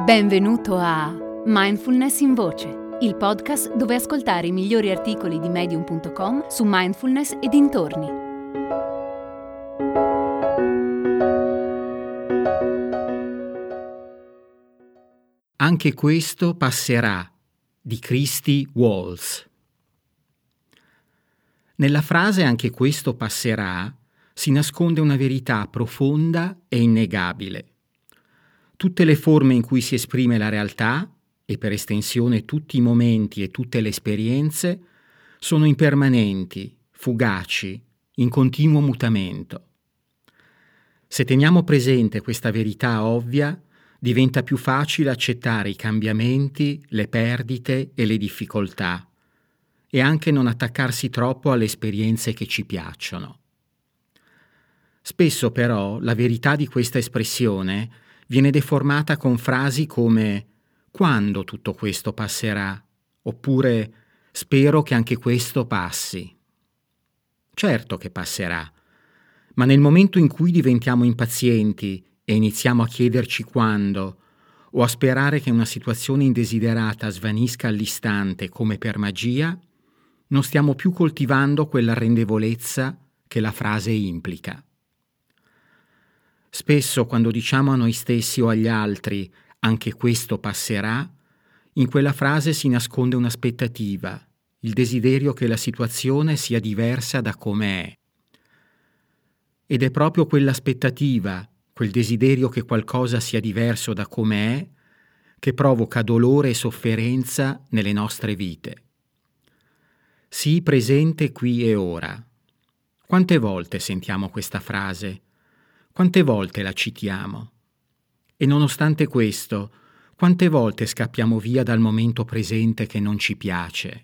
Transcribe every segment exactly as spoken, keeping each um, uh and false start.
Benvenuto a Mindfulness in Voce, il podcast dove ascoltare i migliori articoli di medium punto com su mindfulness e dintorni. Anche questo passerà, di Christy Walls. Nella frase "anche questo passerà" si nasconde una verità profonda e innegabile. Tutte le forme in cui si esprime la realtà, e per estensione tutti i momenti e tutte le esperienze, sono impermanenti, fugaci, in continuo mutamento. Se teniamo presente questa verità ovvia, diventa più facile accettare i cambiamenti, le perdite e le difficoltà, e anche non attaccarsi troppo alle esperienze che ci piacciono. Spesso però la verità di questa espressione viene deformata con frasi come «quando tutto questo passerà?» oppure «spero che anche questo passi». Certo che passerà, ma nel momento in cui diventiamo impazienti e iniziamo a chiederci quando, o a sperare che una situazione indesiderata svanisca all'istante come per magia, non stiamo più coltivando quell'arrendevolezza che la frase implica. Spesso quando diciamo a noi stessi o agli altri «anche questo passerà», in quella frase si nasconde un'aspettativa, il desiderio che la situazione sia diversa da come è. Ed è proprio quell'aspettativa, quel desiderio che qualcosa sia diverso da come è, che provoca dolore e sofferenza nelle nostre vite. Sii presente qui e ora. Quante volte sentiamo questa frase? Quante volte la citiamo? E nonostante questo, quante volte scappiamo via dal momento presente che non ci piace?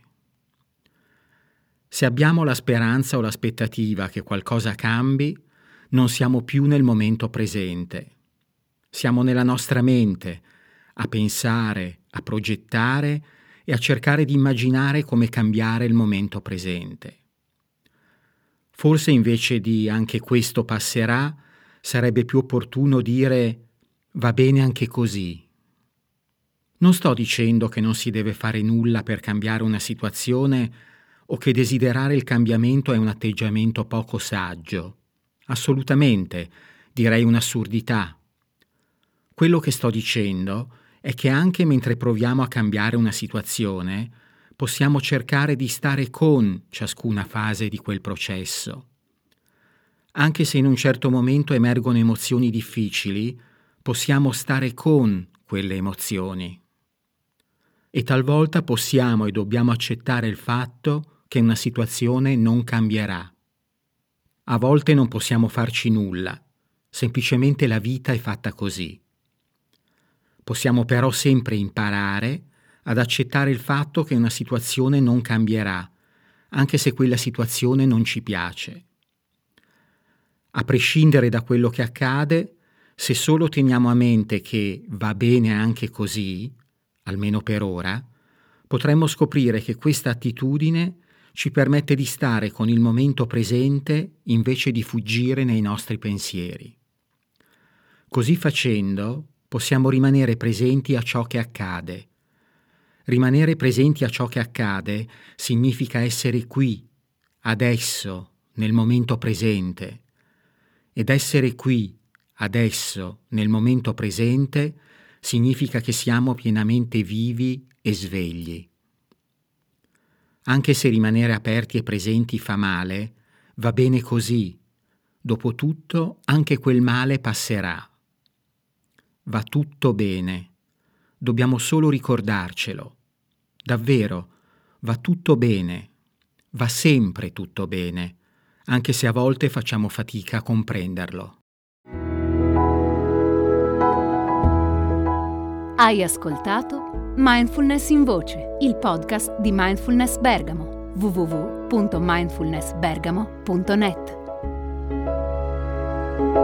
Se abbiamo la speranza o l'aspettativa che qualcosa cambi, non siamo più nel momento presente. Siamo nella nostra mente, a pensare, a progettare e a cercare di immaginare come cambiare il momento presente. Forse invece di «anche questo passerà», sarebbe più opportuno dire «va bene anche così». Non sto dicendo che non si deve fare nulla per cambiare una situazione o che desiderare il cambiamento è un atteggiamento poco saggio. Assolutamente, direi un'assurdità. Quello che sto dicendo è che anche mentre proviamo a cambiare una situazione, possiamo cercare di stare con ciascuna fase di quel processo. Anche se in un certo momento emergono emozioni difficili, possiamo stare con quelle emozioni. E talvolta possiamo e dobbiamo accettare il fatto che una situazione non cambierà. A volte non possiamo farci nulla, semplicemente la vita è fatta così. Possiamo però sempre imparare ad accettare il fatto che una situazione non cambierà, anche se quella situazione non ci piace. A prescindere da quello che accade, se solo teniamo a mente che va bene anche così, almeno per ora, potremmo scoprire che questa attitudine ci permette di stare con il momento presente invece di fuggire nei nostri pensieri. Così facendo, possiamo rimanere presenti a ciò che accade. Rimanere presenti a ciò che accade significa essere qui, adesso, nel momento presente. Ed essere qui, adesso, nel momento presente, significa che siamo pienamente vivi e svegli. Anche se rimanere aperti e presenti fa male, va bene così. Dopotutto, anche quel male passerà. Va tutto bene. Dobbiamo solo ricordarcelo. Davvero, va tutto bene. Va sempre tutto bene, anche se a volte facciamo fatica a comprenderlo. Hai ascoltato Mindfulness in Voce, il podcast di Mindfulness Bergamo, w w w punto mindfulness bergamo punto net.